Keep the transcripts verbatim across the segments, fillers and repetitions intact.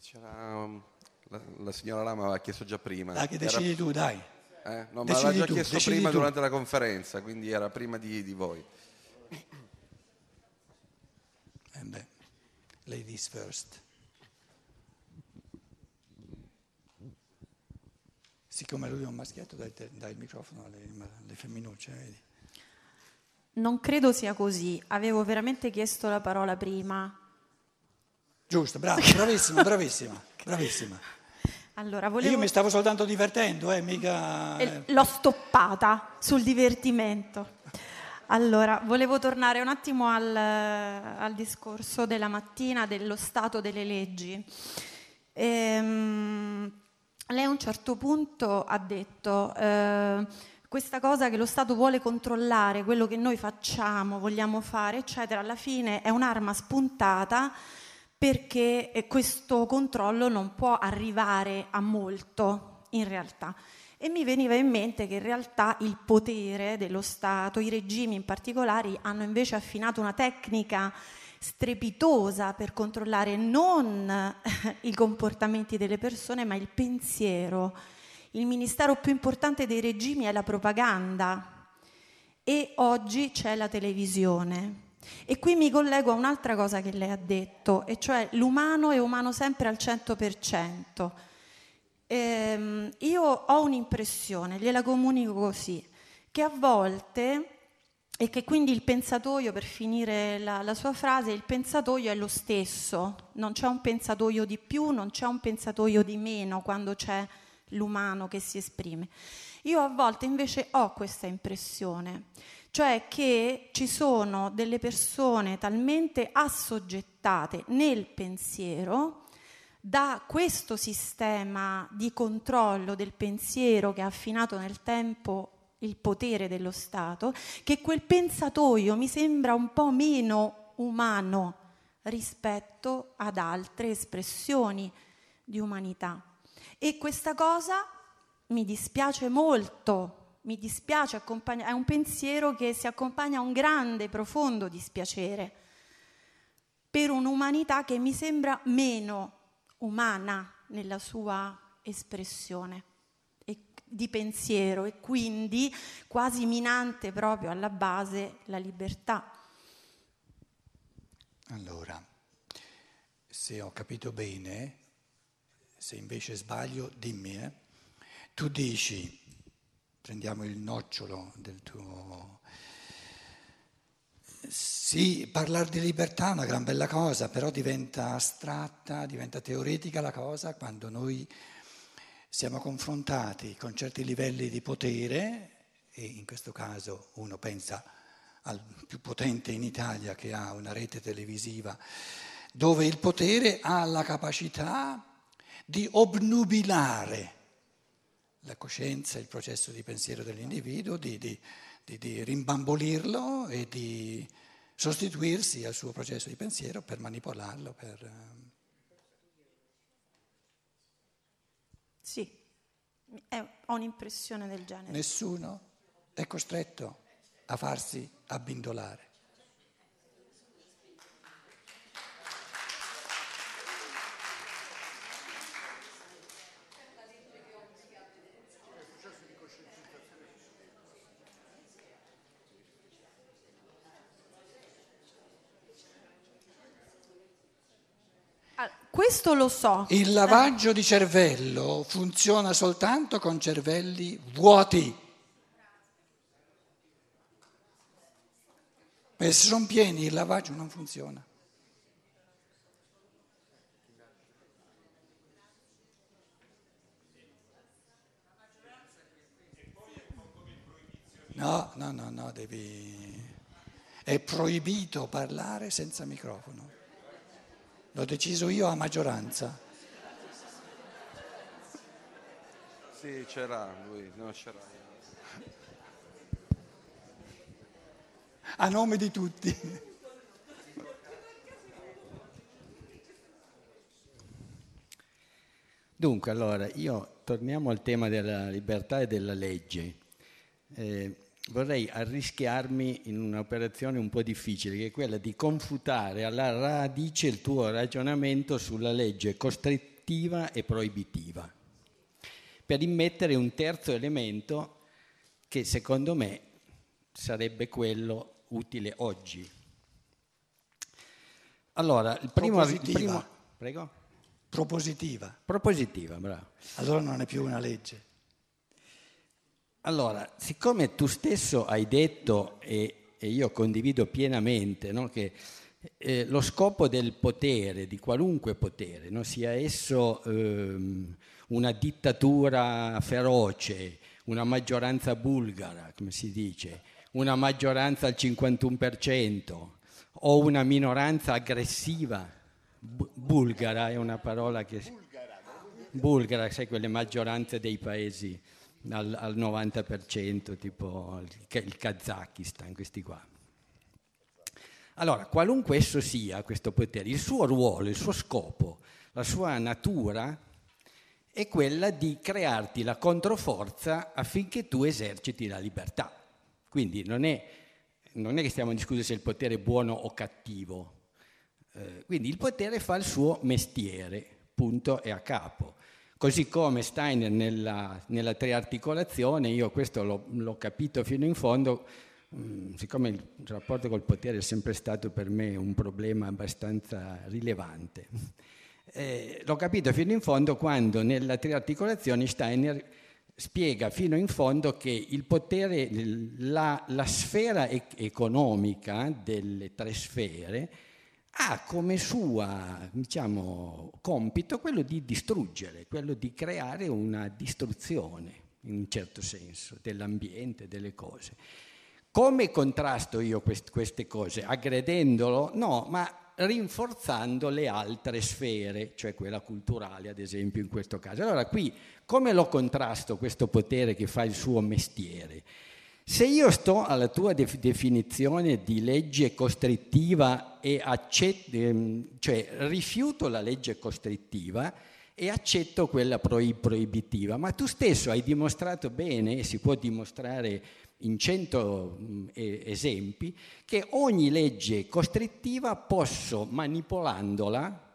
C'era um, la, la signora Lama aveva chiesto già prima. Dai, che decidi era... tu, dai. Eh? No, ma Decidi l'aveva già tu, chiesto decidi prima tu. durante la conferenza, quindi era prima di, di voi. Eh beh, ladies first. Siccome lui è un maschietto, dai, dai il microfono alle, alle femminucce, vedi? Non credo sia così, avevo veramente chiesto la parola prima. Giusto, bravo, bravissima, bravissima, bravissima. Allora, volevo... Io mi stavo soltanto divertendo, eh, mica... Eh, l'ho stoppata sul divertimento. Allora, volevo tornare un attimo al, al discorso della mattina dello stato delle leggi. Ehm, lei a un certo punto ha detto eh, questa cosa che lo Stato vuole controllare, quello che noi facciamo, vogliamo fare, eccetera, alla fine è un'arma spuntata perché questo controllo non può arrivare a molto in realtà. E mi veniva in mente che in realtà il potere dello Stato, i regimi in particolare, hanno invece affinato una tecnica strepitosa per controllare non i comportamenti delle persone, ma il pensiero. Il ministero più importante dei regimi è la propaganda e oggi c'è la televisione. E qui mi collego a un'altra cosa che lei ha detto, e cioè l'umano è umano sempre al cento per cento. Ehm, io ho un'impressione, gliela comunico così, che a volte, e che quindi il pensatoio, per finire la, la sua frase, il pensatoio è lo stesso, non c'è un pensatoio di più, non c'è un pensatoio di meno quando c'è l'umano che si esprime. Io a volte invece ho questa impressione, cioè che ci sono delle persone talmente assoggettate nel pensiero da questo sistema di controllo del pensiero che ha affinato nel tempo il potere dello Stato, che quel pensatoio mi sembra un po' meno umano rispetto ad altre espressioni di umanità. E questa cosa mi dispiace molto. Mi dispiace, accompagna- è un pensiero che si accompagna a un grande, profondo dispiacere per un'umanità che mi sembra meno umana nella sua espressione e di pensiero e quindi quasi minante proprio alla base la libertà. Allora, se ho capito bene, se invece sbaglio, dimmi, eh? Tu dici... Prendiamo il nocciolo del tuo... Sì, parlare di libertà è una gran bella cosa, però diventa astratta, diventa teoretica la cosa quando noi siamo confrontati con certi livelli di potere, e in questo caso uno pensa al più potente in Italia che ha una rete televisiva, dove il potere ha la capacità di obnubilare la coscienza, il processo di pensiero dell'individuo, di, di, di, di rimbambolirlo e di sostituirsi al suo processo di pensiero per manipolarlo. Per... Sì, è, ho un'impressione del genere. Nessuno è costretto a farsi abbindolare. Questo lo so. Il lavaggio eh. di cervello funziona soltanto con cervelli vuoti. E se sono pieni il lavaggio non funziona. No, no, no, no, devi... È proibito parlare senza microfono. L'ho deciso io a maggioranza. Sì, c'era lui, no, c'era io. A nome di tutti. Dunque, allora, io torniamo al tema della libertà e della legge. Eh, vorrei arrischiarmi in un'operazione un po' difficile, che è quella di confutare alla radice il tuo ragionamento sulla legge costri- costrittiva e proibitiva, per immettere un terzo elemento che secondo me sarebbe quello utile oggi. Allora, il primo... Il primo prego? Propositiva. Propositiva, bravo. Allora non è più una legge. Allora, siccome tu stesso hai detto, e, e io condivido pienamente, no, che eh, lo scopo del potere, di qualunque potere, no, sia esso ehm, una dittatura feroce, una maggioranza bulgara, come si dice, una maggioranza al cinquantuno per cento o una minoranza aggressiva, bu- bulgara è una parola che... Bulgara, bulgara, sai, quelle maggioranze dei paesi al, al novanta per cento, tipo il, il Kazakistan, questi qua. Allora, qualunque esso sia questo potere, il suo ruolo, il suo scopo, la sua natura è quella di crearti la controforza affinché tu eserciti la libertà. Quindi non è, non è che stiamo discutendo se il potere è buono o cattivo. Eh, quindi il potere fa il suo mestiere, punto e a capo. Così come Steiner nella, nella triarticolazione, io questo l'ho, l'ho capito fino in fondo, mh, siccome il rapporto col potere è sempre stato per me un problema abbastanza rilevante. Eh, l'ho capito fino in fondo quando nella triarticolazione Steiner spiega fino in fondo che il potere, la, la sfera e- economica delle tre sfere ha come sua, diciamo, compito quello di distruggere, quello di creare una distruzione, in un certo senso, dell'ambiente, delle cose. Come contrasto io quest- queste cose? Aggredendolo? No, ma rinforzando le altre sfere, cioè quella culturale ad esempio in questo caso. Allora qui come lo contrasto questo potere che fa il suo mestiere? Se io sto alla tua def- definizione di legge costrittiva e accetto, ehm, cioè rifiuto la legge costrittiva e accetto quella proib- proibitiva, ma tu stesso hai dimostrato bene, e si può dimostrare in cento esempi, che ogni legge costrittiva posso, manipolandola,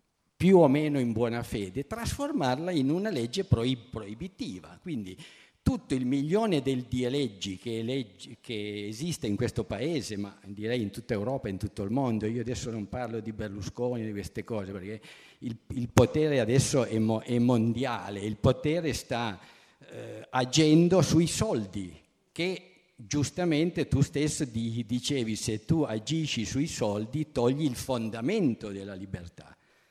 più o meno in buona fede, trasformarla in una legge proib- proibitiva. Quindi tutto il milione di leggi che, leggi che esiste in questo paese, ma direi in tutta Europa e in tutto il mondo, io adesso non parlo di Berlusconi, di queste cose, perché il, il potere adesso è, mo- è mondiale, il potere sta eh, agendo sui soldi, che giustamente tu stesso dicevi, se tu agisci sui soldi togli il fondamento della libertà.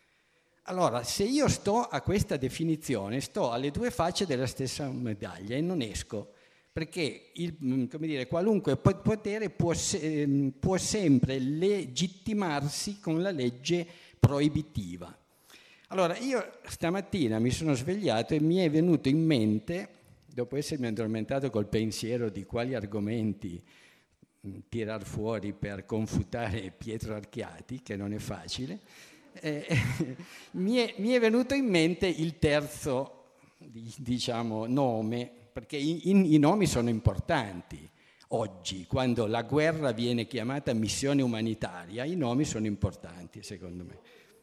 Allora, se io sto a questa definizione, sto alle due facce della stessa medaglia e non esco, perché il, come dire, qualunque potere può, se, può sempre legittimarsi con la legge proibitiva. Allora, io stamattina mi sono svegliato e mi è venuto in mente, dopo essermi addormentato col pensiero di quali argomenti mh, tirar fuori per confutare Pietro Archiati, che non è facile, eh, mi, è, mi è venuto in mente il terzo, diciamo, nome, perché i, i, i nomi sono importanti. Oggi, quando la guerra viene chiamata missione umanitaria, i nomi sono importanti, secondo me.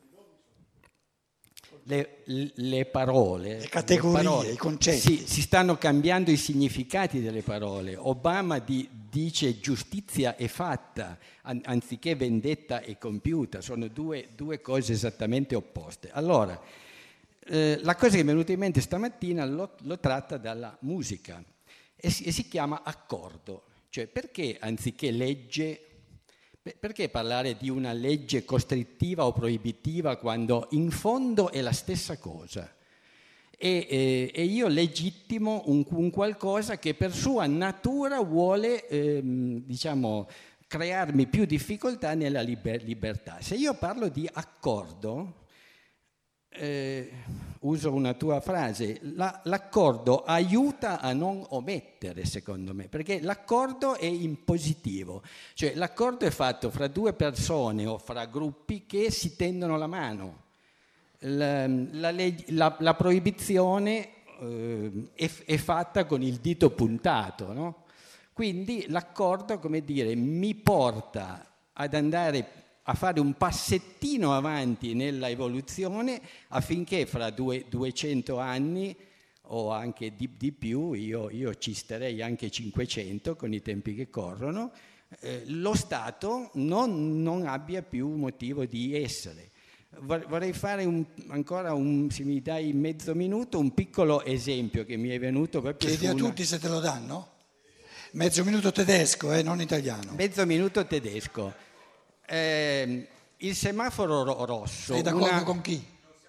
Le, le parole, le categorie, le parole, i concetti. Sì, si stanno cambiando i significati delle parole. Obama di, dice giustizia è fatta, an, anziché vendetta è compiuta. Sono due, due cose esattamente opposte. Allora, eh, la cosa che mi è venuta in mente stamattina lo, lo tratta dalla musica e si, e si chiama accordo. Cioè, perché anziché legge... Perché parlare di una legge costrittiva o proibitiva quando in fondo è la stessa cosa? E, e, e io legittimo un, un qualcosa che per sua natura vuole, ehm, diciamo, crearmi più difficoltà nella liber- libertà. Se io parlo di accordo, eh, uso una tua frase, la, l'accordo aiuta a non omettere, secondo me, perché l'accordo è in positivo, cioè l'accordo è fatto fra due persone o fra gruppi che si tendono la mano. La, la, leg- la, la proibizione eh, è, è fatta con il dito puntato, no? Quindi l'accordo, come dire, mi porta ad andare a fare un passettino avanti nella evoluzione affinché fra due, duecento anni o anche di, di più, io, io ci starei anche cinquecento con i tempi che corrono, eh, lo Stato non, non abbia più motivo di essere. Vorrei fare un, ancora, un, se mi dai mezzo minuto, un piccolo esempio che mi è venuto proprio Chiedi a una... tutti se te lo danno? Mezzo minuto tedesco, eh, non italiano. Mezzo minuto tedesco. Eh, il semaforo ro- rosso... Sei d'accordo una... con chi?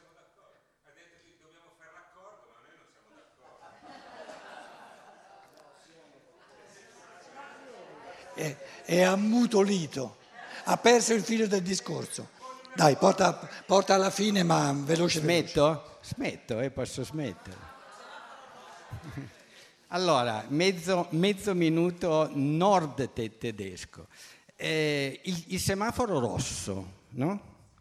È, è ammutolito, ha perso il filo del discorso. Dai, porta, porta alla fine, ma veloce. Smetto? Veloce. Smetto, eh, posso smettere. Allora, mezzo, mezzo minuto nord te- tedesco. Eh, il, il semaforo rosso, no?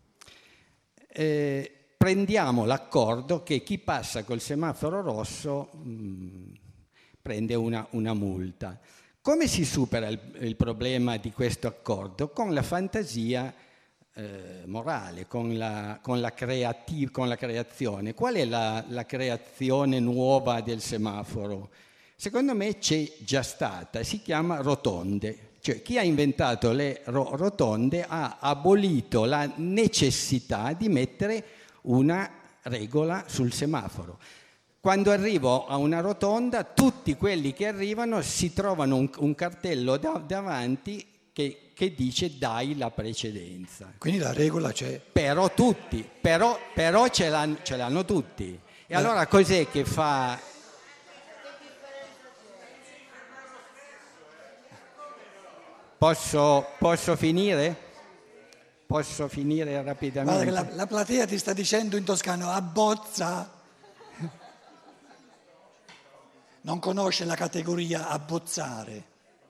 Eh, prendiamo l'accordo che chi passa col semaforo rosso mh, prende una, una multa. Come si supera il, il problema di questo accordo? Con la fantasia eh, morale, con la, con, la creati- con la creazione. Qual è la, la creazione nuova del semaforo? Secondo me c'è già stata, si chiama rotonde. Cioè chi ha inventato le ro- rotonde ha abolito la necessità di mettere una regola sul semaforo. Quando arrivo a una rotonda, tutti quelli che arrivano si trovano un, un cartello da, davanti che, che dice dai la precedenza. Quindi la regola c'è. Però tutti, però, però ce, l'hanno, ce l'hanno tutti. E allora cos'è che fa... Posso, posso finire? Posso finire rapidamente? Guarda che la, la platea ti sta dicendo in toscano abbozza. Non conosce la categoria abbozzare.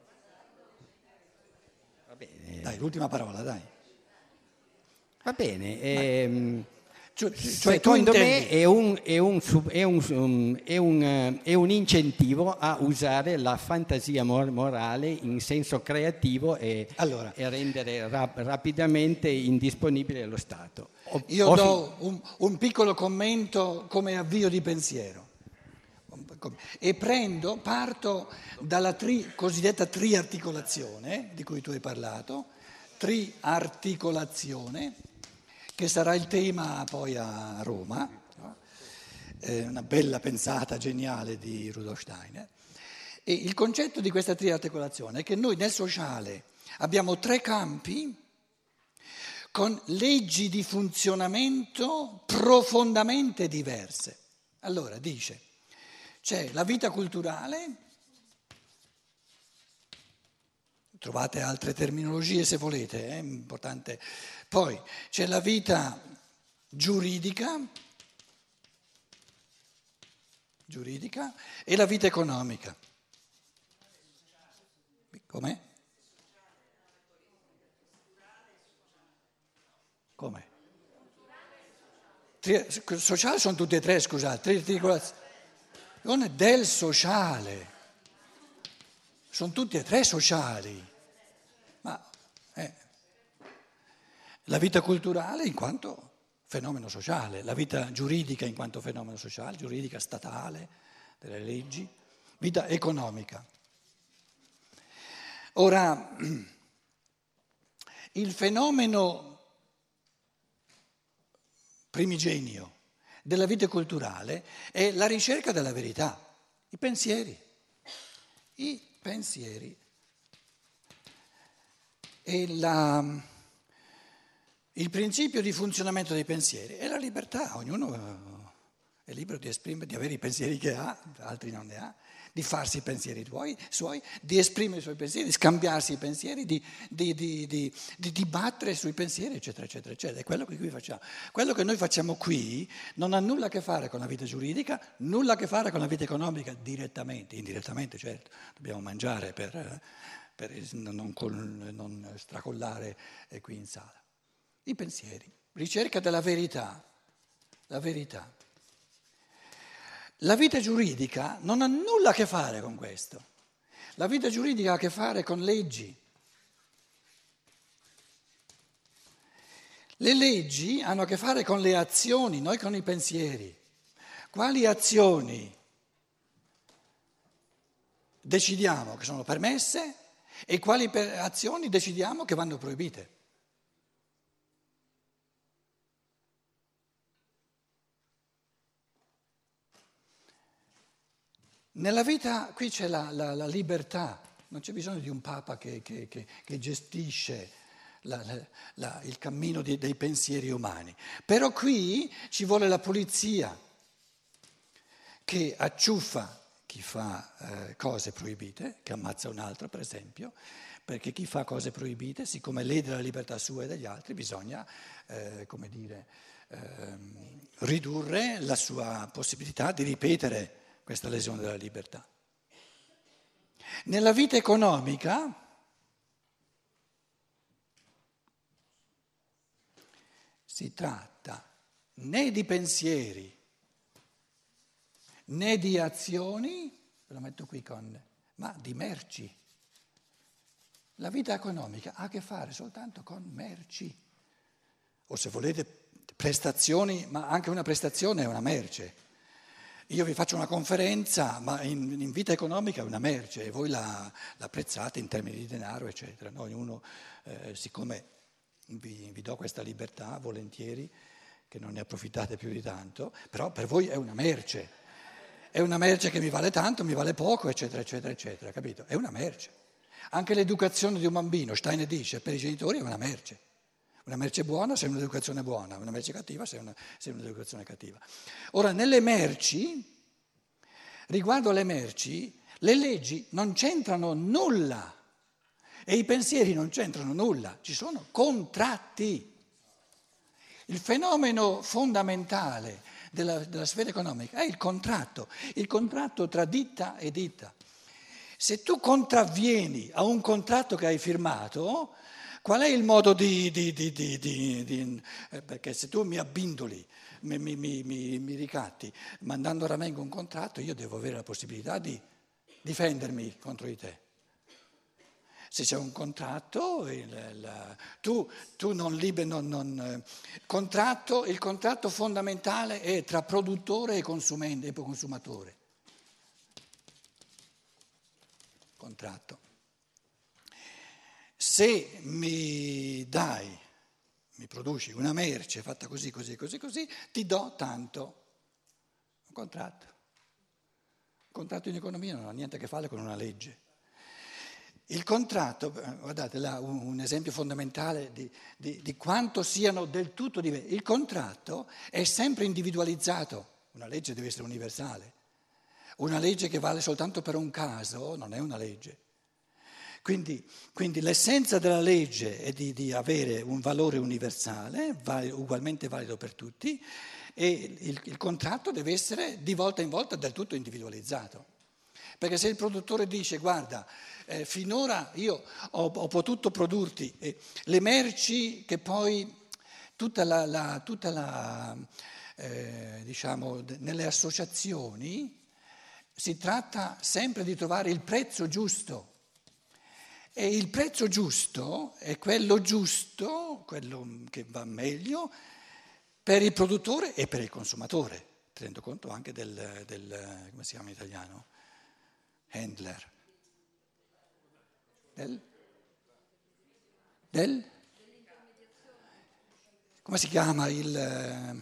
Va bene. Dai, l'ultima parola, dai. Va bene. Ehm, Cioè, cioè tu secondo intendi- me è un, è, un, sub- è, un, um, è, un, eh, è un incentivo a usare la fantasia mor- morale in senso creativo e, Allora. e rendere rap- rapidamente indisponibile lo Stato. Ho- Io ho fi- do un, un piccolo commento come avvio di pensiero e prendo, parto dalla tri, cosiddetta triarticolazione di cui tu hai parlato, triarticolazione, che sarà il tema poi a Roma, no? È una bella pensata geniale di Rudolf Steiner. E il concetto di questa triarticolazione è che noi nel sociale abbiamo tre campi con leggi di funzionamento profondamente diverse. Allora, dice, c'è la vita culturale, trovate altre terminologie se volete, è importante. Poi c'è la vita giuridica, giuridica e la vita economica. Com'è? Com'è? Tri- sociale sono tutte e tre, scusate, triarticolazione del sociale. Sono tutti e tre sociali. Ma eh, la vita culturale in quanto fenomeno sociale, la vita giuridica in quanto fenomeno sociale, giuridica statale, delle leggi, vita economica. Ora, il fenomeno primigenio della vita culturale è la ricerca della verità, i pensieri, i pensieri. E la, il principio di funzionamento dei pensieri è la libertà, ognuno è libero di esprimere, di avere i pensieri che ha, altri non ne ha, di farsi i pensieri tuoi, suoi, di esprimere i suoi pensieri, di scambiarsi i pensieri, di, di, di, di, di dibattere sui pensieri, eccetera, eccetera, eccetera. È quello che qui facciamo. Quello che noi facciamo qui non ha nulla a che fare con la vita giuridica, nulla a che fare con la vita economica direttamente, indirettamente, certo, dobbiamo mangiare per, per non, non stracollare qui in sala. I pensieri, ricerca della verità, la verità. La vita giuridica non ha nulla a che fare con questo. La vita giuridica ha a che fare con leggi. Le leggi hanno a che fare con le azioni, noi con i pensieri. Quali azioni decidiamo che sono permesse e quali per- azioni decidiamo che vanno proibite? Nella vita qui c'è la, la- la libertà, non c'è bisogno di un papa che, che- che- che gestisce la- la- la- il cammino di- dei pensieri umani, però qui ci vuole la polizia che acciuffa chi fa eh, cose proibite, che ammazza un altro per esempio, perché chi fa cose proibite, siccome lede la libertà sua e degli altri, bisogna, eh, come dire, ehm, ridurre la sua possibilità di ripetere questa lesione della libertà. Nella vita economica si tratta né di pensieri né di azioni, ve lo metto qui con, ma di merci. La vita economica ha a che fare soltanto con merci, o se volete prestazioni, ma anche una prestazione è una merce. Io vi faccio una conferenza, ma in, in vita economica è una merce e voi la, la apprezzate in termini di denaro, eccetera. No, ognuno, eh, siccome vi, vi do questa libertà volentieri, che non ne approfittate più di tanto, però per voi è una merce. È una merce che mi vale tanto, mi vale poco, eccetera, eccetera, eccetera, capito? È una merce. Anche l'educazione di un bambino, Steiner dice, per i genitori è una merce. Una merce buona se è un'educazione buona, una merce cattiva se è, una, se è un'educazione cattiva. Ora, nelle merci, riguardo alle merci, le leggi non c'entrano nulla e i pensieri non c'entrano nulla, ci sono contratti. Il fenomeno fondamentale della, della sfera economica è il contratto, il contratto tra ditta e ditta. Se tu contravvieni a un contratto che hai firmato, qual è il modo di... di, di, di, di, di eh, perché se tu mi abbindoli, mi, mi, mi, mi, mi ricatti, mandando a ramengo un contratto, io devo avere la possibilità di difendermi contro di te. Se c'è un contratto, il, il, tu, tu non liberi, non, non, contratto, il contratto fondamentale è tra produttore e consumente, e consumatore. Contratto. Se mi dai, mi produci una merce fatta così, così, così, così, ti do tanto. Un contratto. Un contratto in economia non ha niente a che fare con una legge. Il contratto, guardate là un, un esempio fondamentale di, di, di quanto siano del tutto diversi. Il contratto è sempre individualizzato, una legge deve essere universale. Una legge che vale soltanto per un caso non è una legge. Quindi, quindi l'essenza della legge è di, di avere un valore universale, vale, ugualmente valido per tutti, e il, il contratto deve essere di volta in volta del tutto individualizzato. Perché se il produttore dice guarda, eh, finora io ho, ho potuto produrti eh, le merci che poi tutta la, la, tutta la eh, diciamo, de, nelle associazioni si tratta sempre di trovare il prezzo giusto. E il prezzo giusto è quello giusto, quello che va meglio per il produttore e per il consumatore, tenendo conto anche del, del come si chiama in italiano? Handler. Del? Del? Come si chiama il...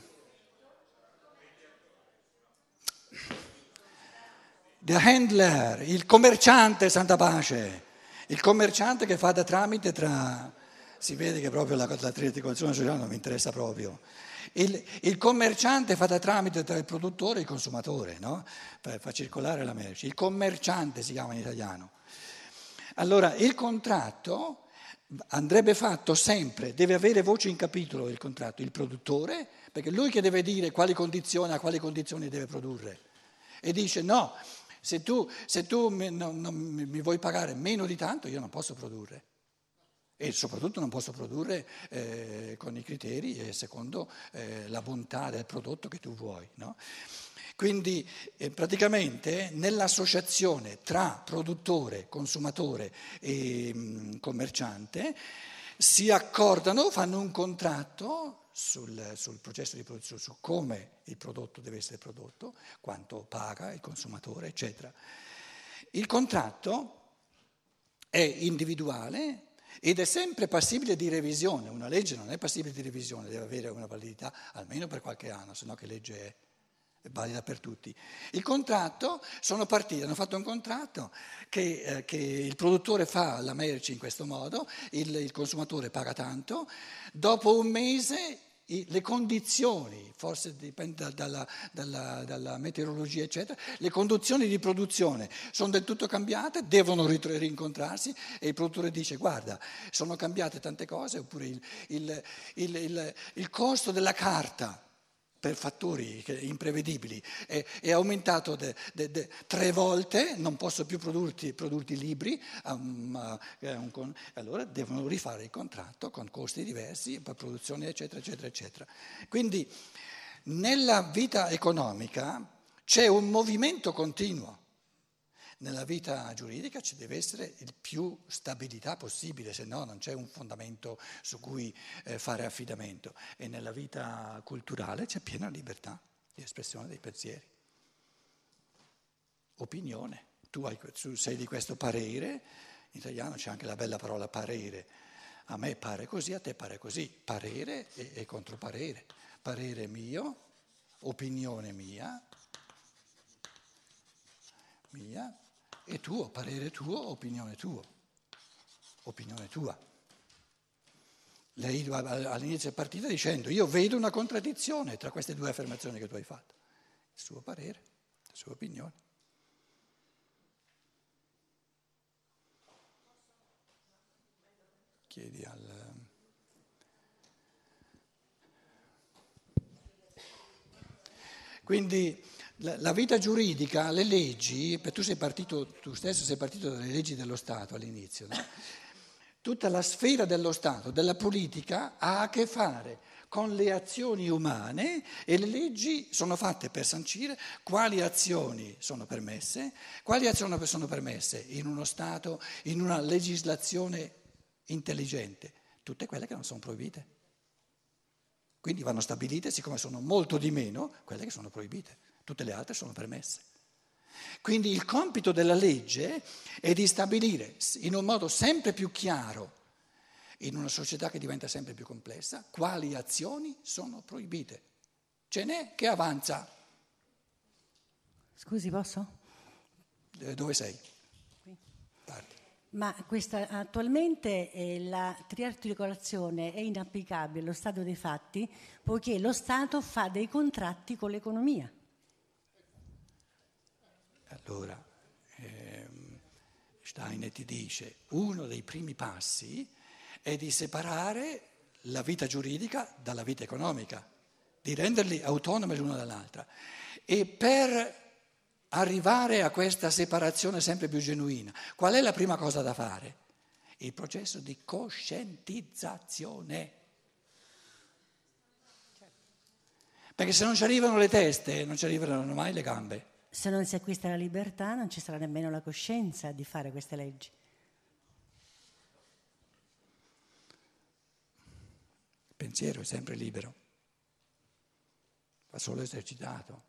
The handler, il commerciante, santa pace. Il commerciante che fa da tramite tra, si vede che proprio la, la triangolazione sociale non mi interessa proprio, il, il commerciante fa da tramite tra il produttore e il consumatore, no? Per far circolare la merce, il commerciante si chiama in italiano. Allora il contratto andrebbe fatto sempre, deve avere voce in capitolo il contratto, il produttore, perché lui che deve dire quali condizioni, a quali condizioni deve produrre, e dice no. Se tu, se tu mi, non, non, mi vuoi pagare meno di tanto, io non posso produrre. E soprattutto non posso produrre eh, con i criteri e secondo eh, la bontà del prodotto che tu vuoi. No? Quindi eh, praticamente nell'associazione tra produttore, consumatore e mh, commerciante, si accordano, fanno un contratto sul, sul processo di produzione, su come il prodotto deve essere prodotto, quanto paga il consumatore, eccetera. Il contratto è individuale ed è sempre passibile di revisione. Una legge non è passibile di revisione, deve avere una validità almeno per qualche anno, se no che legge è? È valida per tutti. Il contratto, sono partiti, hanno fatto un contratto che, eh, che il produttore fa la merce in questo modo, il, il consumatore paga tanto, dopo un mese i, le condizioni, forse dipende da, dalla, dalla, dalla meteorologia eccetera, le condizioni di produzione sono del tutto cambiate, devono rit- rincontrarsi e il produttore dice guarda sono cambiate tante cose, oppure il, il, il, il, il costo della carta per fattori imprevedibili è, è aumentato de, de, de, tre volte, non posso più produrti, produrti libri, um, uh, un, allora devono rifare il contratto con costi diversi, per produzione eccetera eccetera eccetera. Quindi nella vita economica c'è un movimento continuo, nella vita giuridica ci deve essere il più stabilità possibile, se no non c'è un fondamento su cui eh, fare affidamento, e nella vita culturale c'è piena libertà di espressione dei pensieri. Opinione, tu, hai, tu sei di questo parere, in italiano c'è anche la bella parola parere, a me pare così, a te pare così, parere e, e controparere, parere mio, opinione mia, mia, e tuo, parere tuo, opinione tuo, opinione tua. Lei all'inizio è partita dicendo io vedo una contraddizione tra queste due affermazioni che tu hai fatto, il suo parere, la sua opinione. Chiedi al... Quindi la vita giuridica, le leggi, tu sei partito, tu stesso sei partito dalle leggi dello Stato all'inizio, no? Tutta la sfera dello Stato, della politica, ha a che fare con le azioni umane e le leggi sono fatte per sancire quali azioni sono permesse, quali azioni sono permesse in uno Stato, in una legislazione intelligente, tutte quelle che non sono proibite. Quindi vanno stabilite, siccome sono molto di meno, quelle che sono proibite. Tutte le altre sono permesse. Quindi il compito della legge è di stabilire in un modo sempre più chiaro, in una società che diventa sempre più complessa, quali azioni sono proibite. Ce n'è che avanza. Scusi, posso? Eh, dove sei? Qui. Parti. Ma questa, attualmente eh, la triarticolazione è inapplicabile allo stato dei fatti, poiché lo Stato fa dei contratti con l'economia. Allora, ehm, Steiner ti dice, uno dei primi passi è di separare la vita giuridica dalla vita economica, di renderli autonomi l'una dall'altra. E per arrivare a questa separazione sempre più genuina, qual è la prima cosa da fare? Il processo di coscientizzazione. Perché se non ci arrivano le teste, non ci arriveranno mai le gambe. Se non si acquista la libertà non ci sarà nemmeno la coscienza di fare queste leggi. Il pensiero è sempre libero, va solo esercitato.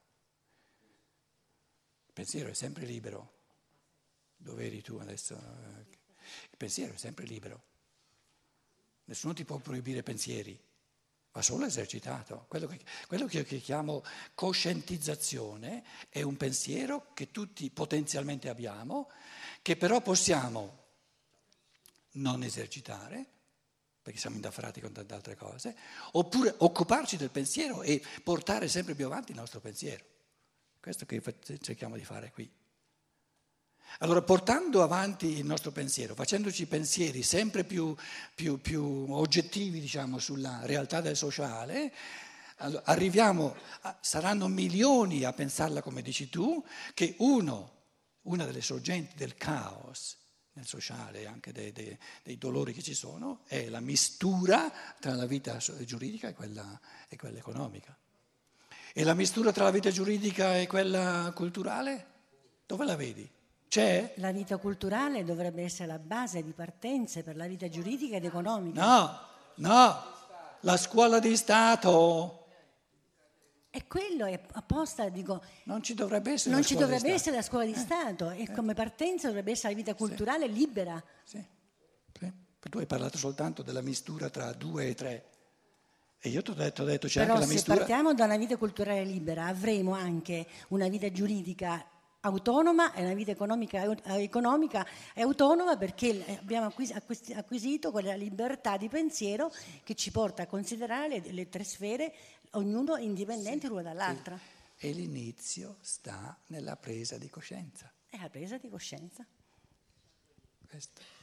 Il pensiero è sempre libero. Dove eri tu adesso? Il pensiero è sempre libero. Nessuno ti può proibire pensieri, va solo esercitato. Quello che, quello che io chiamo coscientizzazione è un pensiero che tutti potenzialmente abbiamo, che però possiamo non esercitare, perché siamo indaffarati con tante altre cose, oppure occuparci del pensiero e portare sempre più avanti il nostro pensiero. Questo che cerchiamo di fare qui. Allora, portando avanti il nostro pensiero, facendoci pensieri sempre più, più, più oggettivi, diciamo, sulla realtà del sociale, allora, arriviamo, a, saranno milioni a pensarla come dici tu, che uno, una delle sorgenti del caos nel sociale e anche dei, dei, dei dolori che ci sono, è la mistura tra la vita giuridica e quella, e quella economica. E la mistura tra la vita giuridica e quella culturale, dove la vedi? C'è? La vita culturale dovrebbe essere la base di partenza per la vita giuridica ed economica. No, no, la scuola di Stato. E quello è apposta, dico, Non ci dovrebbe essere non la ci scuola dovrebbe di Stato. essere la scuola di Stato e come partenza dovrebbe essere la vita culturale libera. Sì, sì. Tu hai parlato soltanto della mistura tra due e tre. E io ti ho detto, ho detto c'è Però anche la se mistura. partiamo da una vita culturale libera avremo anche una vita giuridica autonoma e una vita economica, economica e autonoma, perché abbiamo acquis- acquis- acquisito quella libertà di pensiero che ci porta a considerare le, le tre sfere, ognuno indipendente l'una dall'altra. Sì. E l'inizio sta nella presa di coscienza. È la presa di coscienza. Questo.